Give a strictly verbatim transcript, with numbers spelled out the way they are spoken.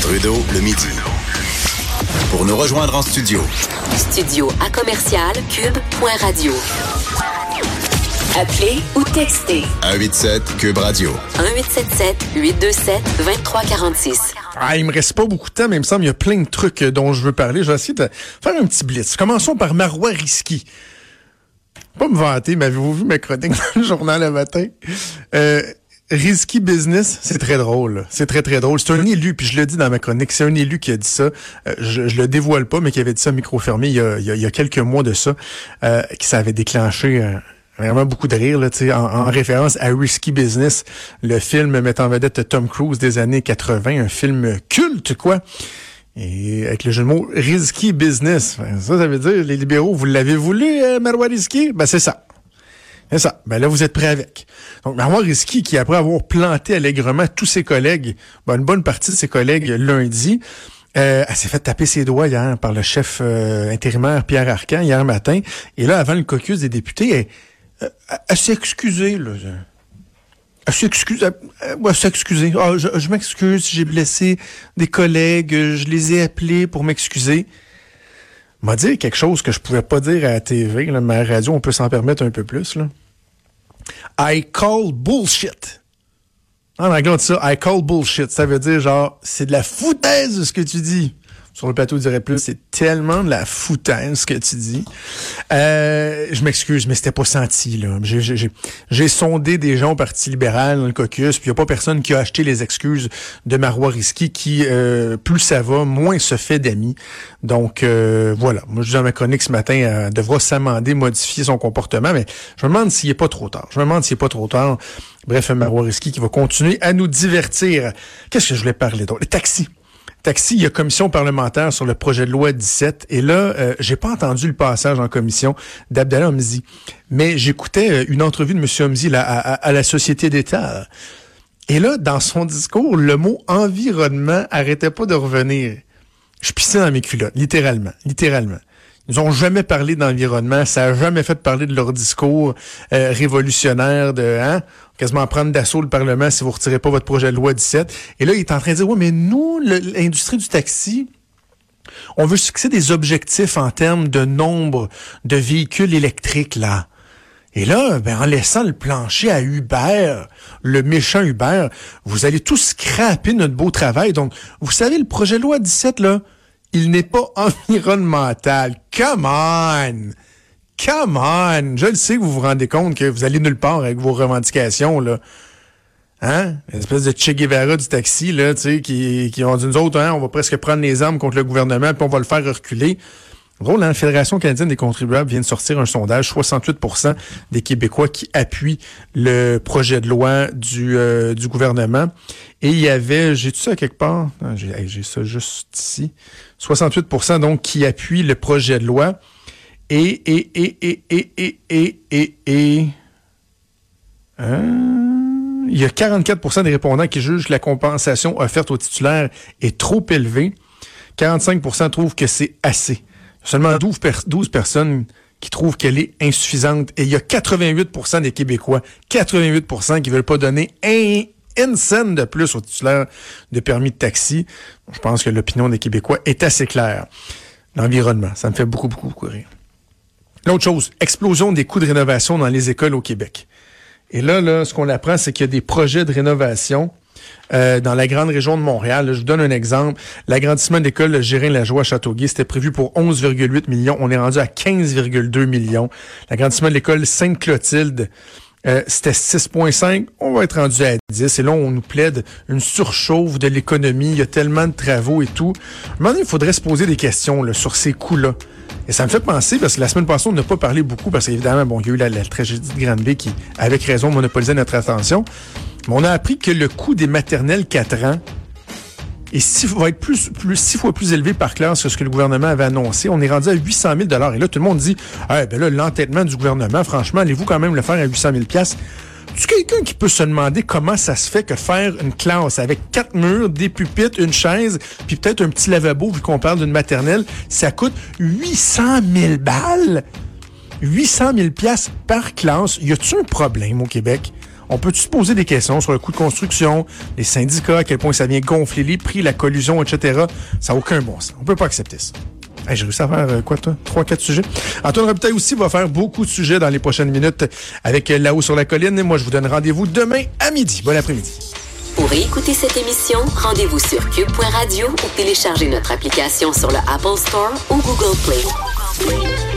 Trudeau le midi. Pour nous rejoindre en studio. Studio à commercial cube point radio. Appelez ou textez. un huit sept Cube Radio. un huit sept sept huit deux sept deux trois quatre six. Ah, il me reste pas beaucoup de temps, mais il me semble qu'il y a plein de trucs dont je veux parler. Je vais essayer de faire un petit blitz. Commençons par Marois Risky. Pas me vanter, mais avez-vous vu ma chronique dans le journal le matin? Euh, Risky Business, c'est très drôle. Là. C'est très, très drôle. C'est un élu, puis je le dis dans ma chronique, c'est un élu qui a dit ça. Euh, je, je le dévoile pas, mais qui avait dit ça à micro fermé il y a, il y a, il y a quelques mois de ça, euh, qui ça avait déclenché... Euh, Vraiment beaucoup de rire, là, tu sais, en, en référence à Risky Business, le film mettant en vedette Tom Cruise des années quatre-vingts, un film culte, quoi. Et avec le jeu de mots Risky Business. Ça, ça veut dire, les libéraux, vous l'avez voulu, euh, Marois Risky? Ben, c'est ça. C'est ça. Ben là, vous êtes prêts avec. Donc, Marois Risky, qui après avoir planté allègrement tous ses collègues, ben, une bonne partie de ses collègues lundi, Euh, elle s'est fait taper ses doigts hier par le chef euh, intérimaire Pierre Arcan hier matin. Et là, avant le caucus des députés, elle, elle, elle s'est excusée. Là. Elle s'est excusée. Elle, elle s'est excusée. Oh, je, je m'excuse si j'ai blessé des collègues. Je les ai appelés pour m'excuser. M'a dit quelque chose que je pouvais pas dire à la T V. Là, mais à la radio, on peut s'en permettre un peu plus. Là. I call bullshit. En anglais, on dit ça, I call bullshit. Ça veut dire, genre, c'est de la foutaise ce que tu dis. Sur le plateau, je dirais plus, c'est tellement de la foutaise ce que tu dis. Euh, je m'excuse, mais c'était pas senti, là. J'ai, j'ai, j'ai sondé des gens au Parti libéral dans le caucus, puis il n'y a pas personne qui a acheté les excuses de Marois Risky, qui, euh, plus ça va, moins se fait d'amis. Donc, euh, voilà. Moi, je dis dans ma chronique ce matin, elle devra s'amender, modifier son comportement, mais je me demande s'il n'est pas trop tard. Je me demande s'il n'est pas trop tard. Bref, Marois Risky qui va continuer à nous divertir. Qu'est-ce que je voulais parler d'autre? Les taxis. Taxi, il y a commission parlementaire sur le projet de loi dix-sept. Et là, euh, j'ai pas entendu le passage en commission d'Abdallah Hamzi. Mais j'écoutais une entrevue de M. Hamzi là, à, à, à la Société d'État. Et là, dans son discours, le mot environnement arrêtait pas de revenir. Je pissais dans mes culottes, littéralement, littéralement. Ils ont jamais parlé d'environnement, ça a jamais fait parler de leur discours euh, révolutionnaire de hein, quasiment prendre d'assaut le Parlement si vous retirez pas votre projet de loi dix-sept. Et là, il est en train de dire ouais, mais nous, le, l'industrie du taxi, on veut se fixer des objectifs en termes de nombre de véhicules électriques là. Et là, ben en laissant le plancher à Uber, le méchant Uber, vous allez tous scraper notre beau travail. Donc, vous savez, le projet de loi dix-sept là. Il n'est pas environnemental. Come on! Come on! Je le sais que vous vous rendez compte que vous allez nulle part avec vos revendications, là. Hein? Une espèce de Che Guevara du taxi, là, tu sais, qui, qui ont dit nous autres, hein, on va presque prendre les armes contre le gouvernement puis on va le faire reculer. Drôle, hein? La Fédération canadienne des contribuables vient de sortir un sondage, soixante-huit pour cent des Québécois qui appuient le projet de loi du, euh, du gouvernement. Et il y avait, j'ai-tu ça quelque part? Non, j'ai, hey, j'ai ça juste ici. soixante-huit pour cent donc qui appuient le projet de loi. Et, et, et, et, et, et, et, et, et... Hein? Il y a quarante-quatre pour cent des répondants qui jugent que la compensation offerte aux titulaires est trop élevée. quarante-cinq pour cent trouvent que c'est assez. Seulement douze, per- douze personnes qui trouvent qu'elle est insuffisante. Et il y a quatre-vingt-huit pour cent des Québécois, quatre-vingt-huit pour cent qui veulent pas donner un, une scène de plus aux titulaires de permis de taxi. Je pense que l'opinion des Québécois est assez claire. L'environnement, ça me fait beaucoup, beaucoup, beaucoup rire. L'autre chose, explosion des coûts de rénovation dans les écoles au Québec. Et là, là, ce qu'on apprend, c'est qu'il y a des projets de rénovation Euh, dans la grande région de Montréal. Là, je vous donne un exemple. L'agrandissement de l'école Gérin-Lajoie à Châteauguay, c'était prévu pour onze virgule huit millions. On est rendu à quinze virgule deux millions. L'agrandissement de l'école Sainte-Clotilde, euh, c'était six virgule cinq. On va être rendu à dix. Et là, on nous plaide une surchauffe de l'économie. Il y a tellement de travaux et tout. À un moment donné, il faudrait se poser des questions là, sur ces coûts-là. Et ça me fait penser, parce que la semaine passée, on n'a pas parlé beaucoup, parce qu'évidemment, bon, il y a eu la, la tragédie de Granby qui, avec raison, monopolisait notre attention. Mais on a appris que le coût des maternelles quatre ans est six, va être plus, plus, six fois plus élevé par classe que ce que le gouvernement avait annoncé. On est rendu à huit cent mille dollars. Et là, tout le monde dit, ah, ben là, l'entêtement du gouvernement, franchement, allez-vous quand même le faire à huit cent mille dollars? Tu quelqu'un qui peut se demander comment ça se fait que faire une classe avec quatre murs, des pupitres, une chaise, puis peut-être un petit lavabo, vu qu'on parle d'une maternelle, ça coûte huit cent mille balles? huit cent mille dollars par classe. Y a-tu un problème au Québec? On peut se poser des questions sur le coût de construction, les syndicats, à quel point ça vient gonfler les prix, la collusion, et cetera. Ça n'a aucun bon sens. On peut pas accepter ça. Hey, j'ai réussi à faire euh, quoi, toi? Trois, quatre sujets. Antoine Robitaille aussi va faire beaucoup de sujets dans les prochaines minutes avec euh, Là-haut sur la colline. Et moi, je vous donne rendez-vous demain à midi. Bon après-midi. Pour écouter cette émission, rendez-vous sur cube point radio ou téléchargez notre application sur le Apple Store ou Google Play.